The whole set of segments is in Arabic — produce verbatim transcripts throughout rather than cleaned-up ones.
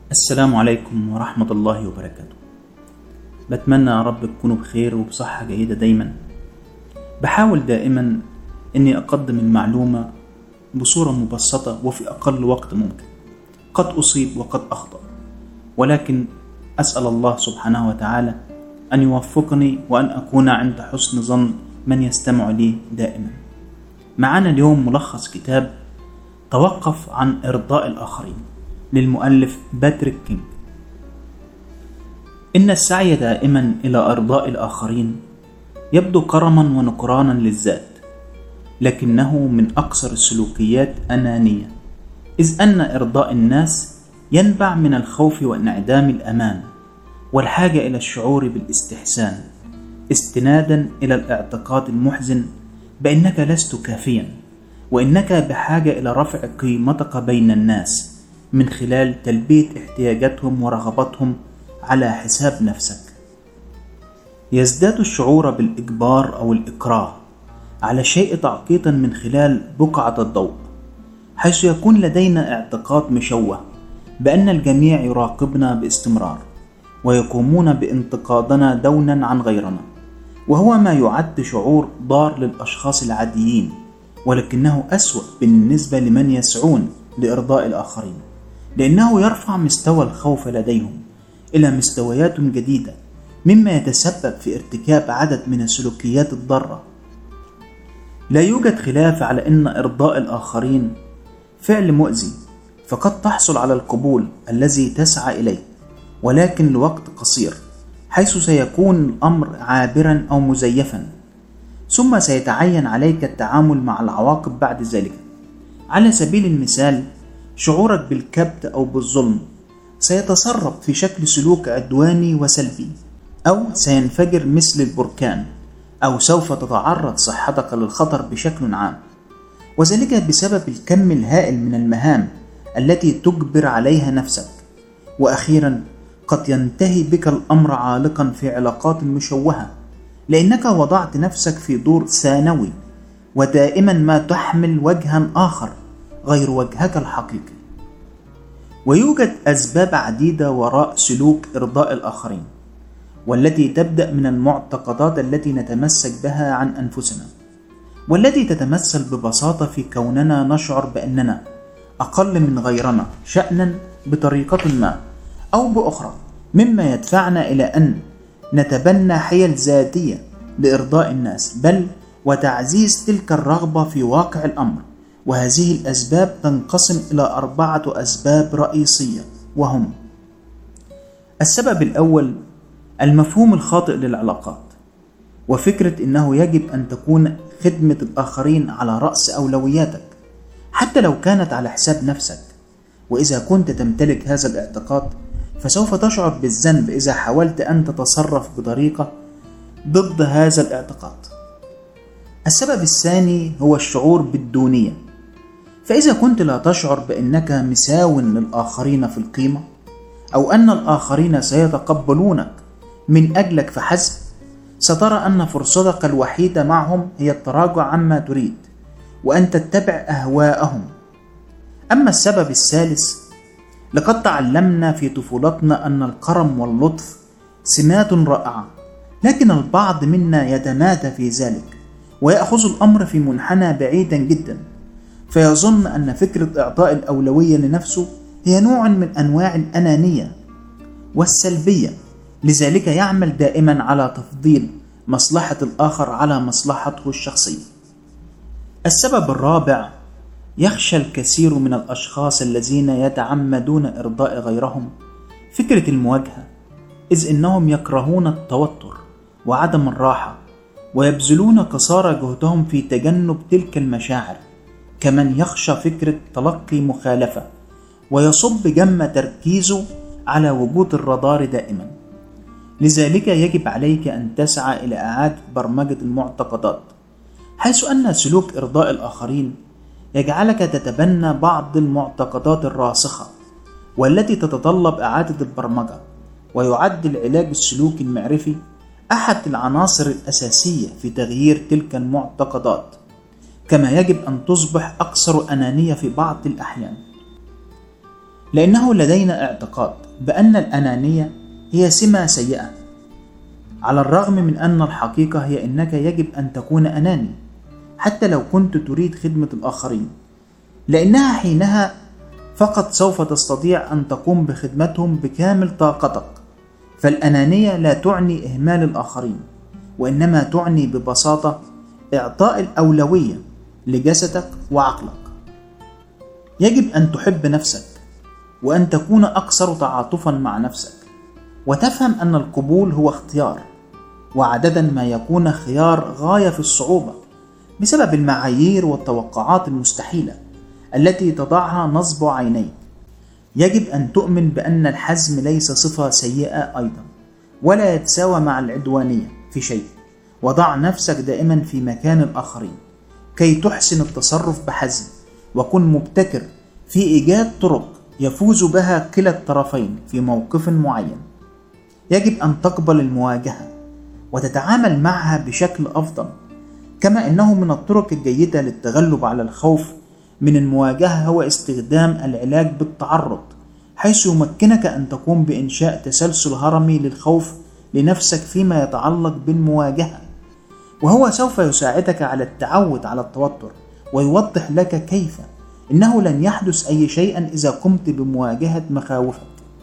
السلام عليكم ورحمة الله وبركاته. بتمنى يا رب تكونوا بخير وبصحة جيدة دايما. بحاول دائما أني أقدم المعلومة بصورة مبسطة وفي أقل وقت ممكن. قد أصيب وقد أخطأ، ولكن أسأل الله سبحانه وتعالى أن يوفقني وأن أكون عند حسن ظن من يستمع لي دائما. معنا اليوم ملخص كتاب توقف عن إرضاء الآخرين للمؤلف باتريك كينج. إن السعي دائما إلى إرضاء الآخرين يبدو كرما ونكرانا للذات، لكنه من أكثر السلوكيات أنانية، إذ أن إرضاء الناس ينبع من الخوف وانعدام الأمان والحاجة إلى الشعور بالاستحسان، استنادا إلى الاعتقاد المحزن بأنك لست كافيا، وإنك بحاجة إلى رفع قيمتك بين الناس من خلال تلبية احتياجاتهم ورغباتهم على حساب نفسك. يزداد الشعور بالإجبار أو الإكراه على شيء تعقيدا من خلال بقعة الضوء، حيث يكون لدينا اعتقاد مشوه بأن الجميع يراقبنا باستمرار ويقومون بانتقادنا دونا عن غيرنا، وهو ما يعد شعور ضار للأشخاص العاديين، ولكنه أسوأ بالنسبة لمن يسعون لإرضاء الآخرين، لأنه يرفع مستوى الخوف لديهم إلى مستويات جديدة، مما يتسبب في ارتكاب عدد من السلوكيات الضارة. لا يوجد خلاف على أن إرضاء الآخرين فعل مؤذي، فقد تحصل على القبول الذي تسعى إليه، ولكن لوقت قصير، حيث سيكون الأمر عابرا أو مزيفا، ثم سيتعين عليك التعامل مع العواقب بعد ذلك. على سبيل المثال، شعورك بالكبت أو بالظلم سيتسرب في شكل سلوك عدواني وسلبي، أو سينفجر مثل البركان، أو سوف تتعرض صحتك للخطر بشكل عام، وذلك بسبب الكم الهائل من المهام التي تجبر عليها نفسك. وأخيرا، قد ينتهي بك الأمر عالقا في علاقات مشوهة، لأنك وضعت نفسك في دور ثانوي، ودائما ما تحمل وجها آخر غير وجهك الحقيقي. ويوجد أسباب عديدة وراء سلوك إرضاء الآخرين، والتي تبدأ من المعتقدات التي نتمسك بها عن أنفسنا، والتي تتمثل ببساطة في كوننا نشعر بأننا أقل من غيرنا شأنا بطريقة ما أو بأخرى، مما يدفعنا إلى أن نتبنى حيل ذاتية لإرضاء الناس، بل وتعزيز تلك الرغبة في واقع الأمر. وهذه الأسباب تنقسم إلى أربعة أسباب رئيسية، وهم: السبب الأول المفهوم الخاطئ للعلاقات، وفكرة أنه يجب أن تكون خدمة الآخرين على رأس أولوياتك حتى لو كانت على حساب نفسك. وإذا كنت تمتلك هذا الاعتقاد، فسوف تشعر بالذنب إذا حاولت أن تتصرف بطريقة ضد هذا الاعتقاد. السبب الثاني هو الشعور بالدونية، فإذا كنت لا تشعر بأنك مساو للآخرين في القيمة، أو أن الآخرين سيتقبلونك من أجلك فحسب، سترى أن فرصتك الوحيدة معهم هي التراجع عما تريد وأن تتبع أهواءهم. أما السبب الثالث، لقد تعلمنا في طفولتنا أن الكرم واللطف سمات رائعة، لكن البعض منا يتمادى في ذلك ويأخذ الأمر في منحنى بعيدا جدا، فيظن أن فكرة إعطاء الأولوية لنفسه هي نوع من أنواع الأنانية والسلبية، لذلك يعمل دائما على تفضيل مصلحة الآخر على مصلحته الشخصية. السبب الرابع، يخشى الكثير من الأشخاص الذين يتعمدون إرضاء غيرهم فكرة المواجهة، إذ إنهم يكرهون التوتر وعدم الراحة، ويبذلون قصارى جهدهم في تجنب تلك المشاعر، كمن يخشى فكرة تلقي مخالفة ويصب جم تركيزه على وجود الرادار دائما. لذلك يجب عليك أن تسعى إلى إعادة برمجة المعتقدات، حيث أن سلوك إرضاء الآخرين يجعلك تتبنى بعض المعتقدات الراسخة والتي تتطلب إعادة البرمجة. ويعد العلاج السلوكي المعرفي أحد العناصر الأساسية في تغيير تلك المعتقدات، كما يجب أن تصبح أكثر أنانية في بعض الأحيان. لأنه لدينا اعتقاد بأن الأنانية هي سمة سيئة، على الرغم من أن الحقيقة هي أنك يجب أن تكون أناني حتى لو كنت تريد خدمة الآخرين، لأنها حينها فقط سوف تستطيع أن تقوم بخدمتهم بكامل طاقتك. فالأنانية لا تعني إهمال الآخرين، وإنما تعني ببساطة إعطاء الأولوية لجسدك وعقلك. يجب أن تحب نفسك وأن تكون أكثر تعاطفا مع نفسك، وتفهم أن القبول هو اختيار، وعادة ما يكون خيار غاية في الصعوبة بسبب المعايير والتوقعات المستحيلة التي تضعها نصب عينيك. يجب أن تؤمن بأن الحزم ليس صفة سيئة أيضا، ولا يتساوى مع العدوانية في شيء. وضع نفسك دائما في مكان الآخرين كي تحسن التصرف بحزم، وكن مبتكر في إيجاد طرق يفوز بها كلا الطرفين في موقف معين. يجب أن تقبل المواجهة وتتعامل معها بشكل أفضل، كما أنه من الطرق الجيدة للتغلب على الخوف من المواجهة هو استخدام العلاج بالتعرض، حيث يمكنك أن تقوم بإنشاء تسلسل هرمي للخوف لنفسك فيما يتعلق بالمواجهة، وهو سوف يساعدك على التعود على التوتر ويوضح لك كيف إنه لن يحدث أي شيء إذا قمت بمواجهة مخاوفك.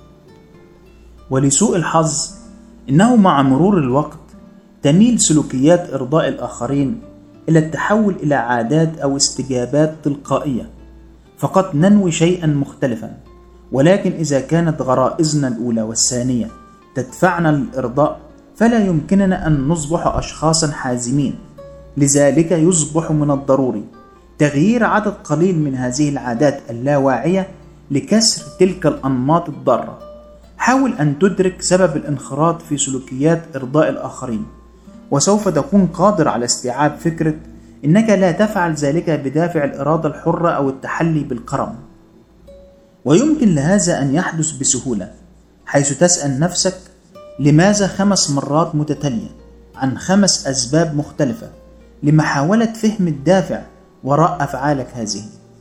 ولسوء الحظ إنه مع مرور الوقت تميل سلوكيات إرضاء الآخرين إلى التحول إلى عادات أو استجابات تلقائية، فقد ننوي شيئا مختلفا، ولكن إذا كانت غرائزنا الأولى والثانية تدفعنا للإرضاء فلا يمكننا أن نصبح أشخاصا حازمين. لذلك يصبح من الضروري تغيير عدد قليل من هذه العادات اللاواعية لكسر تلك الأنماط الضارة. حاول أن تدرك سبب الانخراط في سلوكيات إرضاء الآخرين، وسوف تكون قادر على استيعاب فكرة إنك لا تفعل ذلك بدافع الإرادة الحرة أو التحلي بالكرم. ويمكن لهذا أن يحدث بسهولة، حيث تسأل نفسك لماذا خمس مرات متتالية عن خمس أسباب مختلفة لمحاولة فهم الدافع وراء أفعالك هذه.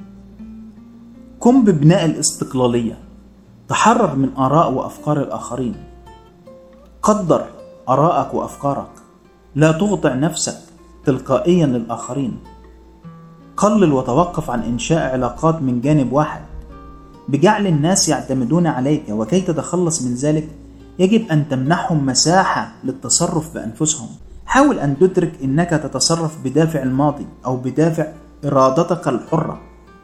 قم ببناء الاستقلالية، تحرر من آراء وأفكار الآخرين، قدر آراءك وأفكارك، لا تخضع نفسك تلقائيا للآخرين. قلل وتوقف عن إنشاء علاقات من جانب واحد بجعل الناس يعتمدون عليك، وكي تتخلص من ذلك يجب أن تمنحهم مساحة للتصرف بأنفسهم. حاول أن تدرك أنك تتصرف بدافع الماضي أو بدافع إرادتك الحرة.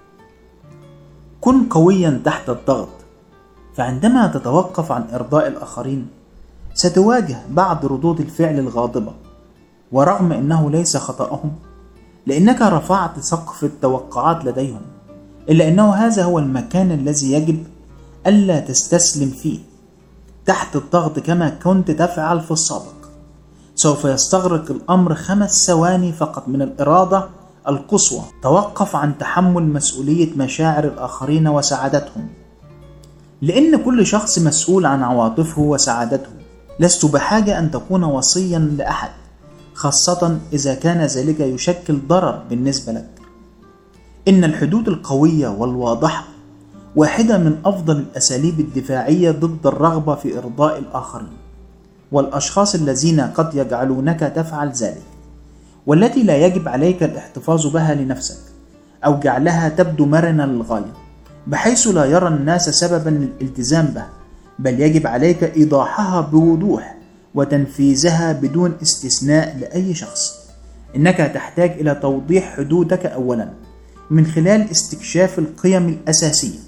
كن قويا تحت الضغط، فعندما تتوقف عن إرضاء الآخرين ستواجه بعض ردود الفعل الغاضبة، ورغم أنه ليس خطأهم لأنك رفعت سقف التوقعات لديهم، إلا أنه هذا هو المكان الذي يجب ألا تستسلم فيه تحت الضغط كما كنت تفعل في السابق. سوف يستغرق الأمر خمس ثواني فقط من الإرادة القصوى. توقف عن تحمل مسؤولية مشاعر الآخرين وسعادتهم، لأن كل شخص مسؤول عن عواطفه وسعادته. لست بحاجة أن تكون وصيا لأحد، خاصة إذا كان ذلك يشكل ضرر بالنسبة لك. إن الحدود القوية والواضحة واحدة من أفضل الأساليب الدفاعية ضد الرغبة في إرضاء الآخرين والأشخاص الذين قد يجعلونك تفعل ذلك، والتي لا يجب عليك الاحتفاظ بها لنفسك أو جعلها تبدو مرنة للغاية بحيث لا يرى الناس سببا للالتزام بها، بل يجب عليك إيضاحها بوضوح وتنفيذها بدون استثناء لأي شخص. إنك تحتاج إلى توضيح حدودك أولا من خلال استكشاف القيم الأساسية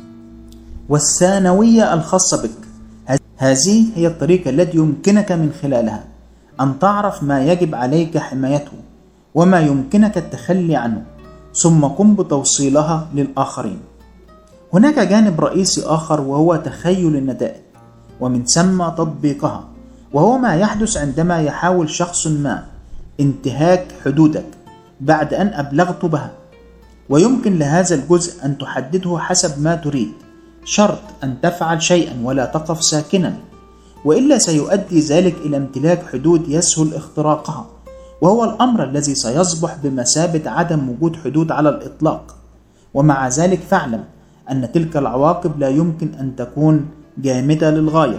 والثانوية الخاصة بك. هذه هي الطريقة التي يمكنك من خلالها أن تعرف ما يجب عليك حمايته وما يمكنك التخلي عنه، ثم قم بتوصيلها للآخرين. هناك جانب رئيسي آخر وهو تخيل النتائج ومن ثم تطبيقها، وهو ما يحدث عندما يحاول شخص ما انتهاك حدودك بعد أن أبلغت بها. ويمكن لهذا الجزء أن تحدده حسب ما تريد، شرط أن تفعل شيئا ولا تقف ساكنا، وإلا سيؤدي ذلك إلى امتلاك حدود يسهل اختراقها، وهو الأمر الذي سيصبح بمثابة عدم وجود حدود على الإطلاق. ومع ذلك فاعلم أن تلك العواقب لا يمكن أن تكون جامدة للغاية.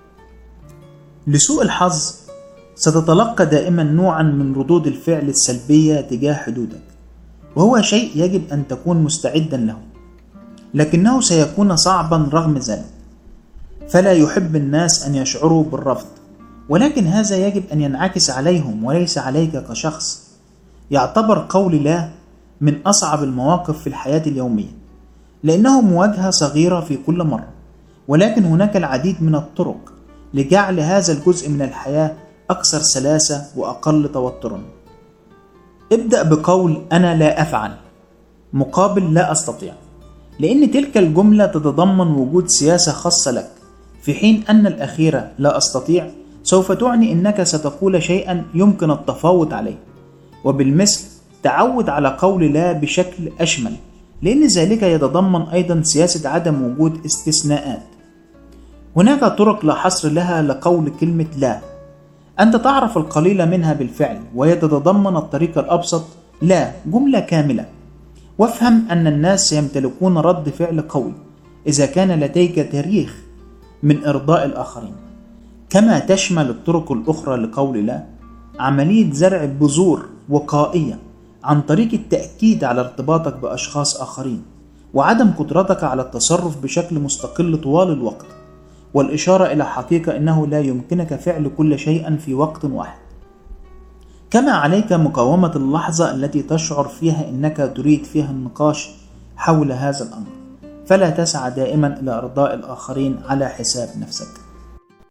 لسوء الحظ ستتلقى دائما نوعا من ردود الفعل السلبية تجاه حدودك، وهو شيء يجب أن تكون مستعدا له، لكنه سيكون صعبا رغم ذلك. فلا يحب الناس أن يشعروا بالرفض، ولكن هذا يجب أن ينعكس عليهم وليس عليك كشخص. يعتبر قول لا من أصعب المواقف في الحياة اليومية، لأنه مواجهة صغيرة في كل مرة، ولكن هناك العديد من الطرق لجعل هذا الجزء من الحياة أكثر سلاسة وأقل توترا. ابدأ بقول أنا لا أفعل مقابل لا أستطيع، لأن تلك الجملة تتضمن وجود سياسة خاصة لك، في حين أن الأخيرة لا أستطيع سوف تعني أنك ستقول شيئا يمكن التفاوض عليه. وبالمثل تعود على قول لا بشكل أشمل، لأن ذلك يتضمن أيضا سياسة عدم وجود استثناءات. هناك طرق لا حصر لها لقول كلمة لا، أنت تعرف القليل منها بالفعل، وهي تتضمن الطريق الأبسط: لا جملة كاملة. وافهم أن الناس سيمتلكون رد فعل قوي إذا كان لديك تاريخ من إرضاء الآخرين. كما تشمل الطرق الأخرى لقول لا عملية زرع بذور وقائية عن طريق التأكيد على ارتباطك بأشخاص آخرين، وعدم قدرتك على التصرف بشكل مستقل طوال الوقت، والإشارة إلى حقيقة أنه لا يمكنك فعل كل شيء في وقت واحد. كما عليك مقاومة اللحظة التي تشعر فيها أنك تريد فيها النقاش حول هذا الأمر، فلا تسعى دائما إلى إرضاء الآخرين على حساب نفسك.